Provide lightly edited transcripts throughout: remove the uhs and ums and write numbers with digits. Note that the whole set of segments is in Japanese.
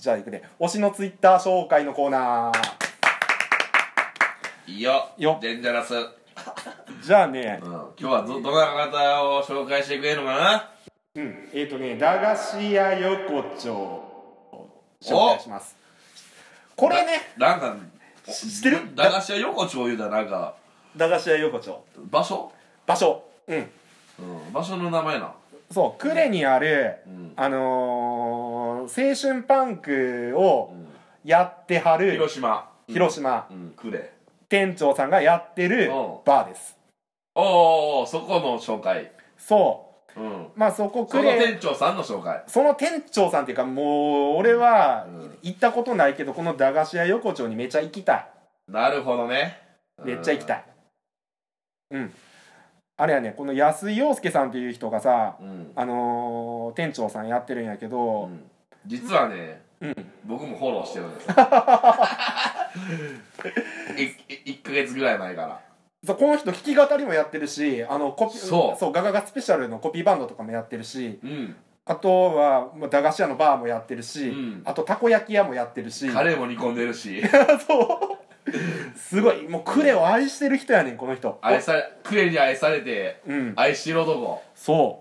じゃあいくね、推しのツイッター紹介のコーナー。 いいよよデンジャラス、 じゃあね、 今日はどんな方を紹介してくれるのかな。 駄菓子屋横丁紹介します。これね、 なんか知ってる？ 駄菓子屋横丁言うたらなんか駄菓子屋横丁場所、 場所、 場所の名前な。 そう、呉にある、青春パンクをやってはる、 広島、呉店長さんがやってるバーです。 おお、そこの紹介。 そう、まあそこその店長さんの紹介。 その店長さんっていうか、もう俺は行ったことないけど、この駄菓子屋横丁にめちゃ行きたい。 なるほどね。 めっちゃ行きたい。あれやね、この安井陽介さんっていう人がさ、店長さんやってるんやけど、 実はね、僕もフォローしてるんですよ1ヶ月ぐらい前から。 そう、この人弾き語りもやってるし、 そうガガガスペシャルのコピーバンドとかもやってるし、あとは駄菓子屋のバーもやってるし、あとたこ焼き屋もやってるし、 カレーも煮込んでるしそうすごい、もう呉を愛してる人やねん、この人。 呉に愛されて、愛してる男。 そう、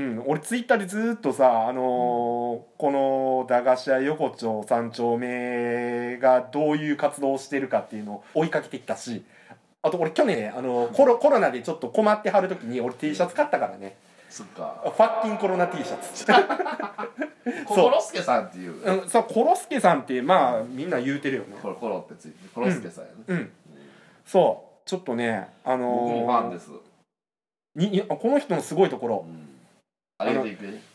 俺ツイッターでずっとさ、この駄菓子屋横丁3丁目がどういう活動をしてるかっていうのを追いかけてきたし、あと俺去年ね、コロナでちょっと困ってはる時に俺 T シャツ買ったからね。 そっか、 ファッキンコロナ T シャツコロスケさんっていう、 そう、コロスケさんってまあみんな言うてるよね。 コロってついてコロスケさんやね。 そう、ちょっとね、 僕もファンです。 この人のすごいところ、 上げていくね。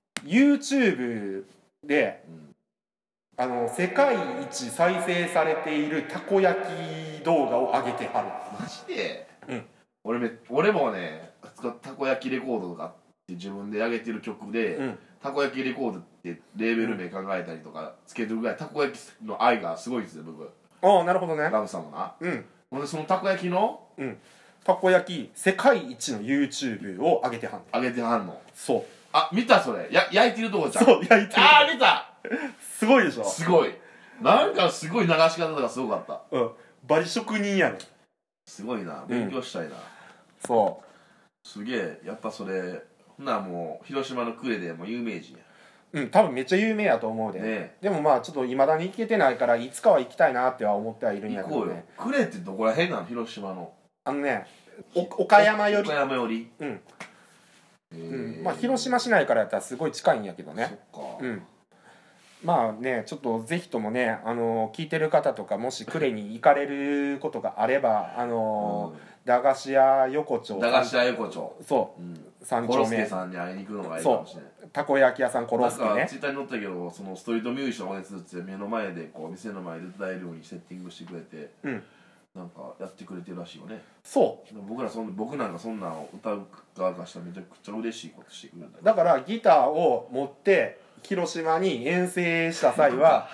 YouTube で、世界一再生されているたこ焼き動画を上げてはる。 マジで、俺もね、たこ焼きレコードとかって自分で上げてる曲で、たこ焼きレコードってレーベル名考えたりとかつけてるぐらいたこ焼きの愛がすごいですよ僕。 ああ、なるほどね。 ラブさんもな。ほんでそのたこ焼きのたこ焼き世界一の YouTube を上げてはんねん。 上げてはんの。 そう、 あ、見たそれ、焼いてるとこじゃん。 そう、焼いてる。 ああ、見た。 すごいでしょ。 すごい、なんかすごい流し方とかすごかった。 バリ職人やねん。 すごいな、勉強したいな。 そう、すげえ、やっぱそれほんならもう広島の呉でもう有名人や。 多分めっちゃ有名やと思うで、 ね。 でもまあちょっといまだに行けてないからいつかは行きたいなっては思ってはいるんやけどね。 行こうよ。呉ってどこら辺なの、広島の。 岡山より。 岡山より。 まあ広島市内からやったらすごい近いんやけどね。 そっか。 まあね、ちょっとぜひともね、聞いてる方とかもし呉に行かれることがあれば、駄菓子屋横丁、そう3丁目、 コロスケさんに会いに行くのがいいかもしれない。 たこ焼き屋さんコロスケね。 なんかツイッターに載ったけど、そのストリートミュージシャンをやつって目の前でこう店の前で歌えるようにセッティングしてくれて、なんかやってくれてるらしいよね。 そう、 僕なんかそんなんを歌う側からしたらめちゃくちゃ嬉しいことしてくれるんだ。 だからギターを持って広島に遠征した際は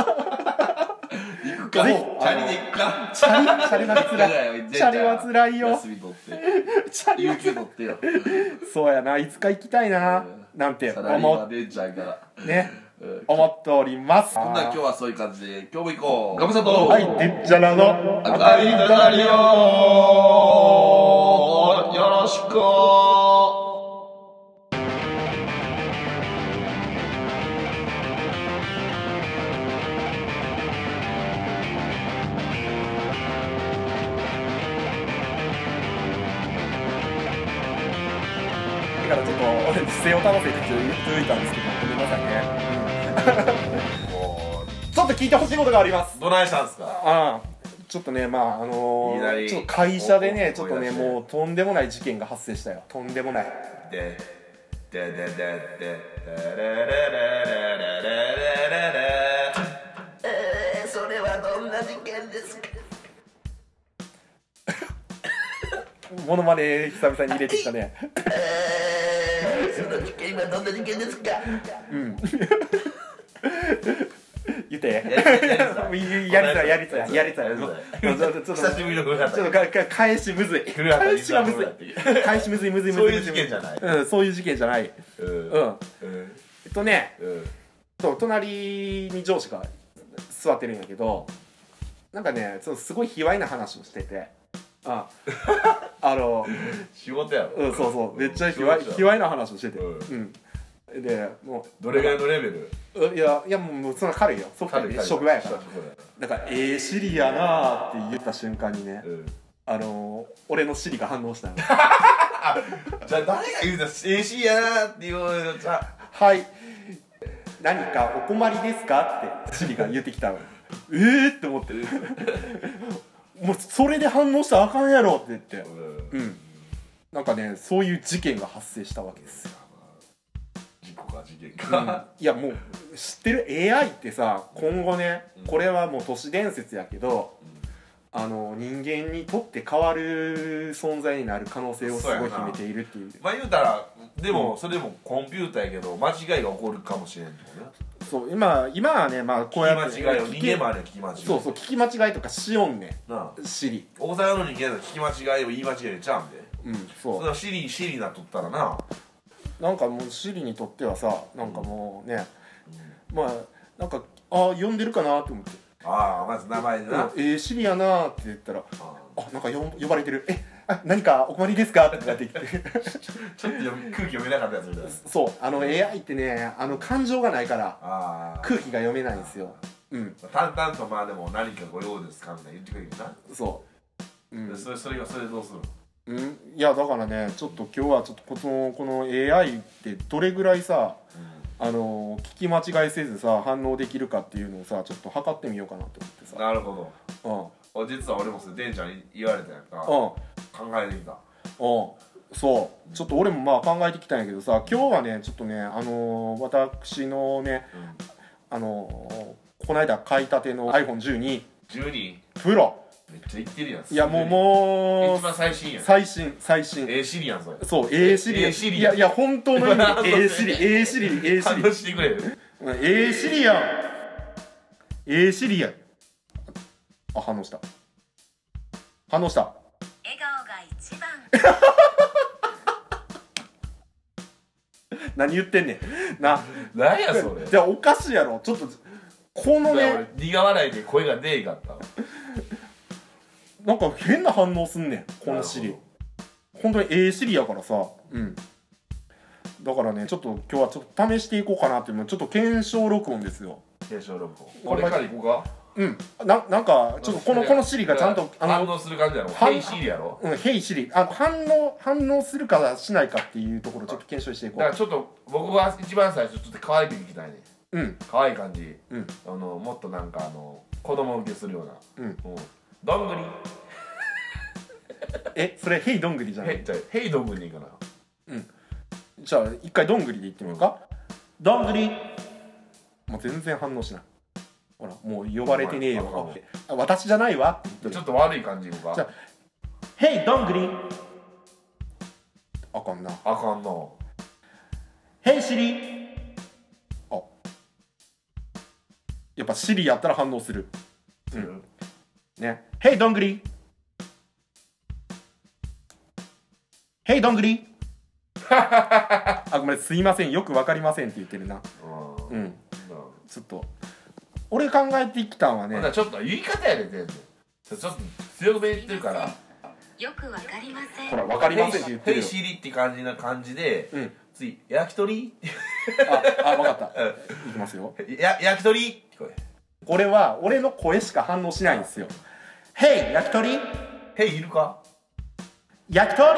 行くか、チャリで行くか。 チャリはつらい。チャリはつらいよ。 休み取ってチャリは有給取ってよ。 そうやな、いつか行きたいななんてサラリーマンでちゃんからね、思っております。 そんな今日はそういう感じで今日も行こう。ガムサとはい、でっちゃらの赤いダダリオよろしく。 だからちょっと姿勢を正せって言っといたんですけど、ごめんなさいね。ちょっと聞いてほしいことがあります。 どないしたんですか。 ちょっとね、まあちょっと会社でね、ちょっとね、もうとんでもない事件が発生したよ。とんでもない。 それはどんな事件ですか。 モノマネ久々に入れてきたね。 その事件はどんな事件ですか。 言って。やりそうや。 久しぶりの古畑。 ちょっと返しむずい。返しがむずい。返しむずい。 そういう事件じゃない。 そういう事件じゃない。 そう隣に上司が座ってるんやけど、なんかねすごい卑猥な話をしてて、 仕事やろ。 そうそうめっちゃ卑猥な話をしてて、でもうどれぐらいのレベル？ いやもうそんな軽いよ、ソフトで職場やから。なんかシリやなーって言った瞬間にね、俺のシリが反応したの。 じゃあ誰が言うたシリやなーって言うの？じゃあはい何かお困りですかってシリが言ってきたの。って思ってもうそれで反応したらあかんやろって言って、なんかねそういう事件が発生したわけですよ。 事件か、 いやもう知ってる AI ってさ、今後ね、これはもう都市伝説やけど、人間にとって変わる存在になる可能性をすごい秘めているっていう。 まあ言うたらでも、それでもコンピューターやけど間違いが起こるかもしれんってことね。 そう今はね、まあこうやって聞き間違いを人間もあるよ、聞き間違い。 そう聞き間違いとかしよんねんシリ。 大阪の人間の聞き間違いを言い間違いでちゃうんで、 そうそれはシリなっとったらな、 なんかもうシリにとってはさ、なんかもうね、まあなんか呼んでるかなと思って、 まず名前でな、 シリやなって言ったら、なんか呼ばれてる、何かお困りですかってなってきてちょっと空気読めなかったやつみたいな。 そう、AI ってね感情がないから空気が読めないんですよ。 淡々とまあでも何かご用ですかみたいな言ってくれるな。 そう、 それどうするの？ いやだからね、ちょっと今日はちょっとこの AI ってどれぐらいさ、聞き間違いせずさ反応できるかっていうのをさちょっと測ってみようかなと思ってさ。 なるほど。実は俺もそれデンちゃんに言われたやんか。考えてみた。 そうちょっと俺もまあ考えてきたんやけどさ、今日はねちょっとね私のね、この間買いたての iPhone12 Pro。 めっちゃいってるやん。 いやもう一番最新やん。 最新シリやんそれ。 そう シリいや本当の意味でシリ反応してくれる。 シリやんシリやん。反応した笑顔が一番何言ってんねんな。 何やそれ。 じゃあおかしいやろ、ちょっとこのね、 俺苦笑いで声が出えかった。 なんか変な反応すんねんこのシリ。本当にシリやからさ、だからねちょっと今日はちょっと試していこうかなっていうのちょっと検証録音ですよ。 検証録音。俺からいこうか。 なんかちょっとこのシリがちゃんと反応する感じやろ。ヘイシリやろ。 ヘイシリ反応するかしないかっていうところちょっと検証していこう。 だからちょっと僕は一番最初ちょっと可愛くいきたいね。可愛い感じ。もっとなんか子供受けするような。どんぐり。 それヘイどんぐりじゃない？ ヘイどんぐりでいいかな。 じゃあ一回どんぐりでいってみようか。どんぐり。もう全然反応しない。ほらもう呼ばれてねえよ。私じゃないわって言ってる。 ちょっと悪い感じいこうか。 じゃあヘイどんぐり。あかんな。ヘイシリ。やっぱシリやったら反応する。ね。ヘイどんぐり。ヘイどんぐり。ごめんすいませんよくわかりませんって言ってるな。ちょっと俺考えてきたんはね、 ちょっと言い方やで全然ちょっと強めに言ってるから、 よくわかりません。 ほらわかりませんって言ってるよ。 ヘイシリって感じで、次焼き鳥わかった、いきますよ。 焼き鳥って声。 これは俺の声しか反応しないんですよ。ヘイ焼き鳥。 ヘイいるか。 焼き鳥。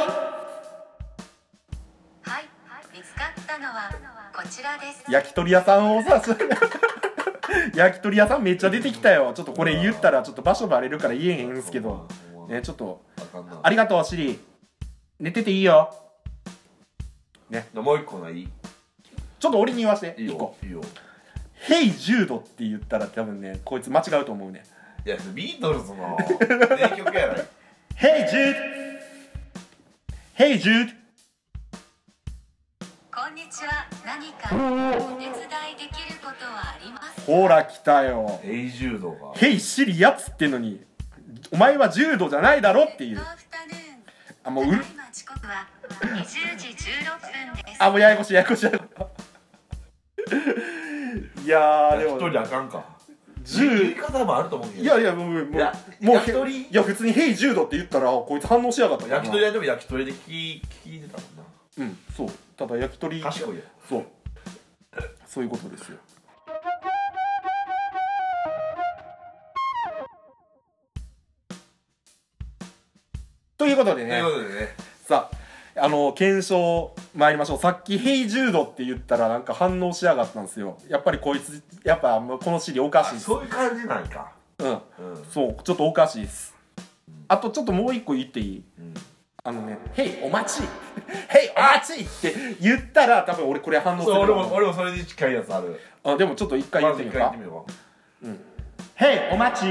はい見つかったのはこちらです。 焼き鳥屋さんをさ焼き鳥屋さんめっちゃ出てきたよ。ちょっとこれ言ったらちょっと場所バレるから言えへんんすけどね。ちょっとありがとうシリ。寝てていいよね。 もう一個ない。 ちょっと俺に言わせて。 いいよ。 ヘイジュードって言ったら多分ねこいつ間違うと思うね。 いやビートルズの名曲やない。 ヘイジュードヘイジュード。 こんにちは。何かお手伝いできることはありますか。 ほら来たよ。 ヘイジュードがヘイシリやつってのにお前はジュードじゃないだろっていう。もうただいま時刻は20時16分です。 もうややこしいやーでも焼き鳥あかんか。 10 言い方もあると思うけど。 いやいやもう焼き鳥いや普通に「ヘイ10度」って言ったらこいつ反応しやがったからな。 焼き鳥屋でも焼き鳥で聞いてたもんな。 うんそうただ焼き鳥賢いや。 そういうことですよ。ということでねということでね。 さあ検証参りましょう。さっき「ヘイ10度」って言ったらなんか反応しやがったんですよ。やっぱりこいつやっぱこの尻おかしいです。 そういう感じなんか。 うんそうちょっとおかしいです。あとちょっともう一個言っていい？ヘイお待ちヘイお待ちって言ったら多分俺これ反応する。 そう俺もそれに近いやつある。 でもちょっと一回言ってみようか。ヘイお待ち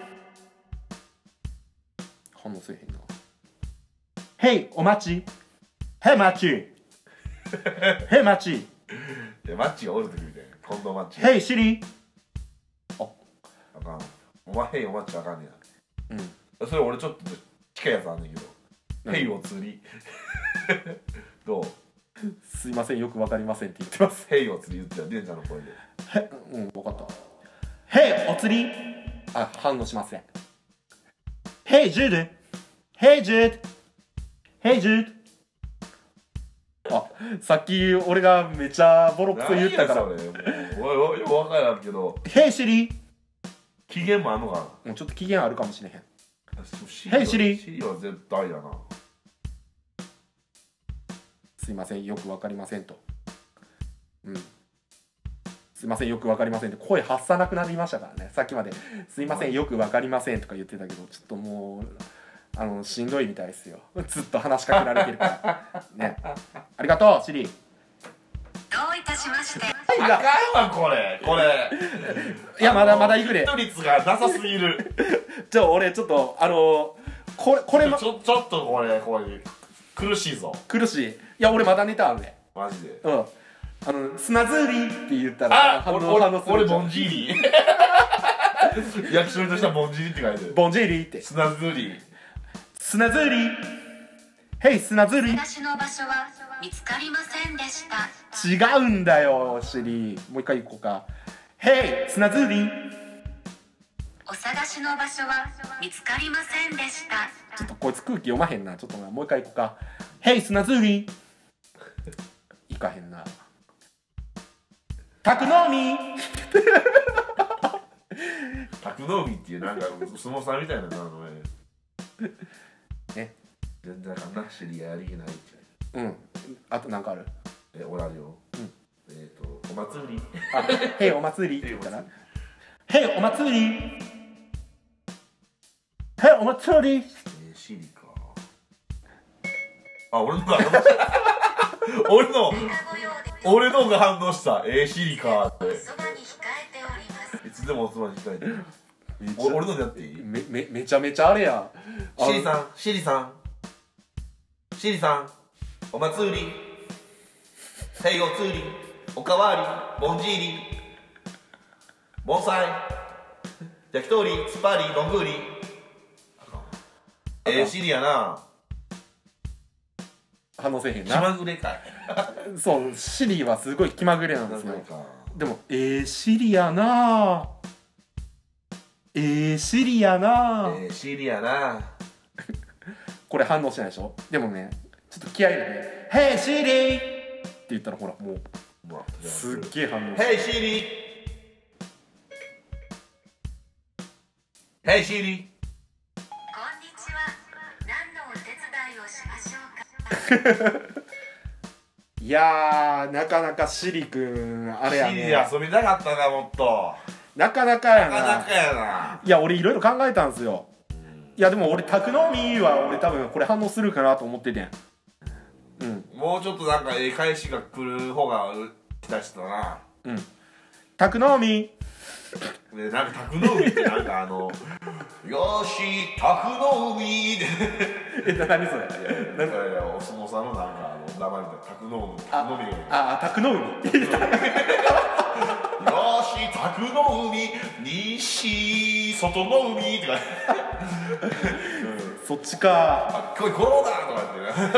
反応せえへんな。ヘイお待ちヘイ待ちヘイ待ちいやマッチがおるときみたいな。近藤マッチ。 ヘイシリあかん。お前ヘイおマッチあかんねや。それ俺ちょっと近いやつあんねんけど。ヘイお釣り。どう？ すいませんよくわかりませんって言ってます。 ヘイお釣り言ってたデンちゃんの声で。 分かった。ヘイお釣り反応しません。ヘイジュードヘイジュードヘイジュードさっき俺がめちゃボロクソ言ったから。 何やそれ。おいよくわからんけど。 ヘイシリ機嫌もあんのかな。 もうちょっと機嫌あるかもしれへん。 ヘイシリ。シリは絶対やな。 すいませんよくわかりませんと。すいませんよくわかりませんって声発さなくなりましたからね。さっきまですいませんよくわかりませんとか言ってたけどちょっともうしんどいみたいですよ。ずっと話しかけられてるからね。ありがとうシリ。 どういたしまして。 あかんわこれ。 いやまだいくで。 ヒット率がなさすぎる。 俺ちょっとこれちょっとこれ苦しいぞ。 苦しい。いや俺まだネタあるね。 マジで。 砂ずりって言ったら反応する。 俺ボンジーリ焼き鳥としたらボンジーリって書いてる。 ボンジーリって砂ずり。 砂ずりヘイ砂ずり。 私の場所は見つかりませんでした。 違うんだよシリ。もう一回行こうか。ヘイ砂ずり。 お探しの場所は見つかりませんでした。 ちょっとこいつ空気読まへんな。ちょっともう一回行こうか。ヘイ砂ずり。いかへんな。宅飲み宅飲みっていうなんか相撲さんみたいな名前ね。 全然あかんな。知り合いありげないって。 あとなんかある？ おられよ。お祭り。 ヘイお祭りって言ったらヘイお祭りヘイお祭り。 シリか。俺のが反応した俺のが反応した。シリかって。 そばに控えております。 いつでもおつまみ控えてる。俺のでやっていい？ めちゃめちゃあれや。 シリさんお祭りヘイお釣りおかわりボンジーリ盆栽焼き鳥スパリロングーリシリやな。 反応せえへん気な。 まぐれかい。 そうシリはすごい気まぐれなんですよ。でもシリやなシリやなシリやな。 これ反応しないでしょ。でもねちょっと気合い入れて「ヘイシリ!」って言ったらほらもうすっげえ反応して。 ヘイシリヘイシリこんにちは。何のお手伝いをしましょうか。 いやーなかなかシリくんあれやね。 シリで遊びたかったなもっと。 なかなかやな。 なかなかやな。 いや俺いろいろ考えたんすよ。いやでも俺宅飲みは俺多分これ反応するかなと思っててん。 もうちょっとなんか返しが来る方が期待してたな。 宅飲みでなんか宅飲みってなんかよーし宅飲みで何それ。 お相撲さんのなんか名前みたいな宅飲み宅飲みよーし宅の海西外の海とかそっちか。 今日コロだとか言って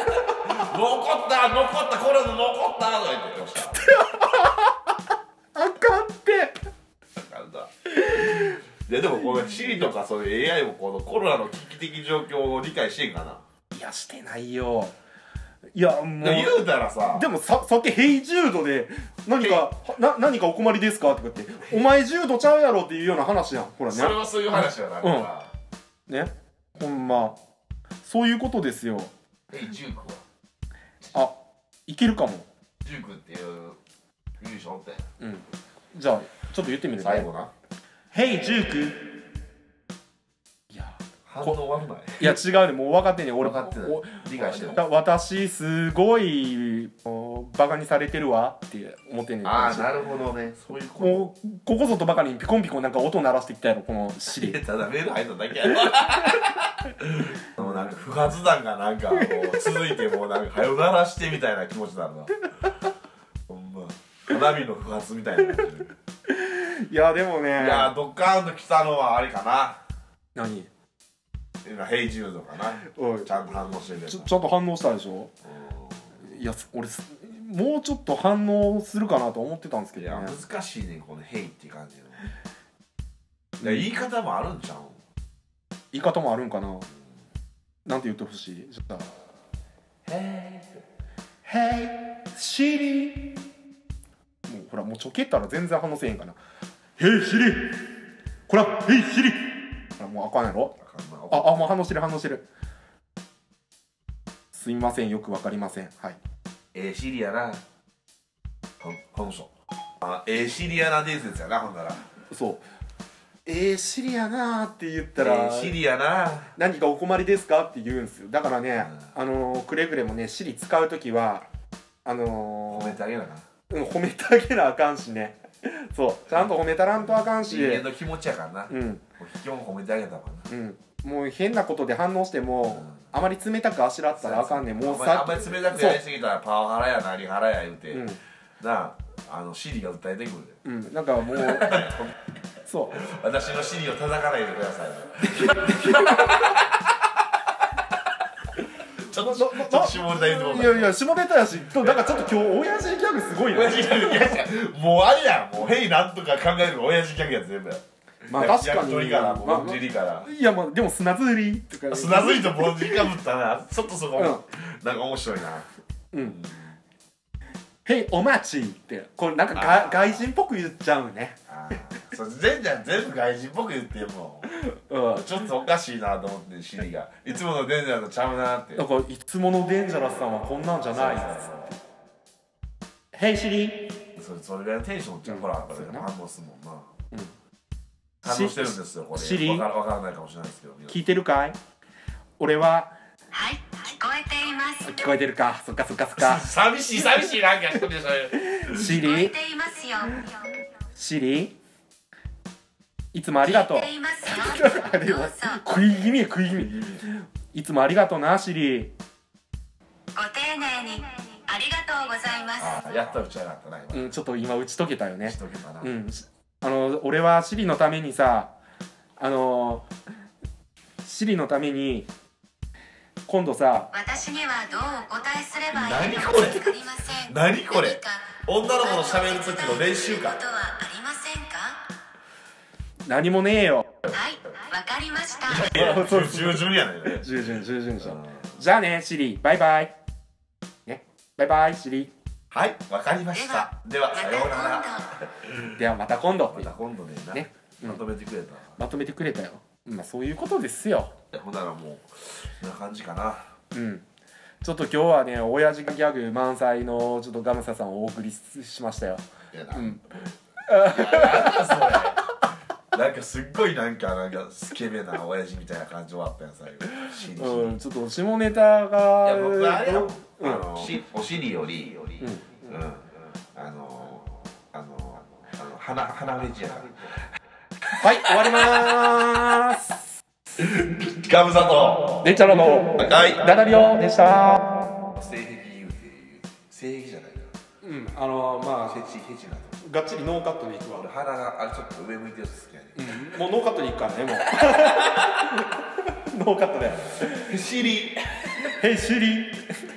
残ったコロナ残ったとか言ってよっしゃあいやでもこのシリとかそういう AI もこのコロナの危機的状況を理解してんかな。 いやしてないよ。いやもう言うたらさ、 でもさっき「ヘイジュード」で何かお困りですかとか言って「お前ジュードちゃうやろ」っていうような話やん。ほらね、 それはそういう話はなるから、 ね、ほんまそういうことですよ。 ジュークはいけるかも。 ジュークっていうミュージシャンおったやん。 うん、じゃあちょっと言ってみるね。 最後な、 ヘイジューク。いや反応悪ない。 いや違うね、もう分かってんねん俺。 分かってない、理解してる。 私すごいバカにされてるわって思ってんねん。 ああなるほどね、そういうこと。 もうここぞとばかりにピコンピコンなんか音鳴らしてきたやろこのシリ。 ただメール入っただけやろ。もうなんか不発弾がなんかこう続いて、もうなんか早鳴らしてみたいな気持ちになるな。ほんま花火の不発みたいな感じ。 いやでもね、 いやドッカーンと来たのはあれかな。 何ヘイジュードかな。 おいちゃんと反応してるやつ。 ちゃんと反応したでしょ。いや俺もうちょっと反応するかなと思ってたんですけいやどね。 難しいねこのヘイっていう感じの。言い方もあるんちゃう。 言い方もあるんかな。なんて言ってほしい。じゃあヘヘイシリ。もうほらもうちょけったら全然反応せえへんかな。ヘイシリこらヘイシリ。ほらもうあかんやろ。もう反応してる。すみませんよくわかりません。はい。 シリアな。この人。シリアな伝説やな、ほんなら。 そうシリやなーって言ったら、 シリアな。 何かお困りですかって言うんですよ。だからね、くれぐれもねシリ使うときは褒めてあげなな。 褒めてあげなあかんしね。そうちゃんと褒めたらんとあかんし、 人間の気持ちやからな。基本褒めてあげたもんな。 もう変なことで反応しても、あまり冷たくあしらったらあかんねん。もうあんまり冷たくやりすぎたらパワハラやなリハラや言うて、なあシリが訴えてくるで。 なんかもうそう私のシリを叩かないでください。ちょっと下ネタ言うてもいや下ネタやし、なんかちょっと今日親父ギャグすごいな。 親父ギャグもうあれやん、もうヘイなんとか考えるの親父ギャグや全部。 まあ確かに焼き鳥からぼんじりから、 いやまあでも砂ずりとか砂ずりとぼんじりかぶったな。ちょっとそこもなんか面白いな。 ヘイお待ちってこれなんか外人っぽく言っちゃうね。 それ全部外人っぽく言ってもちょっとおかしいなと思ってシリがいつものデンジャラスとちゃうなって。 だからいつものデンジャラスさんはこんなんじゃないっつって。ヘイシリそれぐらいのテンションちゃうから反応するもんな。反応してるんですよこれ。 シリわからないかもしれないですけど、 聞いてるかい。俺ははい、聞こえています。 聞こえてるか。そっか寂しいなんか一人でそれ。 シ聞こえリていますよ。 シリいつもありがとう。 聞いていますよ。どうぞ。 食い気味いつもありがとうなシリ。 ご丁寧にありがとうございます。 やっと打ち上がったな今。 ちょっと今打ち解けたよね。 打ち解けたな。 俺はシリのためにさシリのために今度さ、 私にはどうお答えすればいいのか何これわかりません。 何これ何か女の子の喋る時の練習か。 ことはありませんか。 何もねえよ。 はい、わかりました。 従順やね。 従順じゃん。じゃあねシリバイバイね。バイバイシリ。 はいわかりました。ではさようなら。 ではまた今度。 また今度ね。まとめてくれた。 まとめてくれたよ。まあそういうことですよ。 ほんならもうこんな感じかな。 ちょっと今日はね親父ギャグ満載のちょっとガムサさんをお送りしましたよ。 いやなんだそれ。なんかすっごいなんかスケベな親父みたいな感じ終わったやん最後。 ちょっと下ネタが。 いや僕あれやもん。お尻より鼻フェチやから。 はい終わりまーす。 ガムサとでんちゃらのダダリオでした。 性癖言うて性癖じゃないな。 まあフェチなの。 がっちりノーカットでいくわ。 俺鼻があれちょっと上向いてるやつ好きやね。 もうノーカットでいくからねもうノーカットで。 シリヘイシリ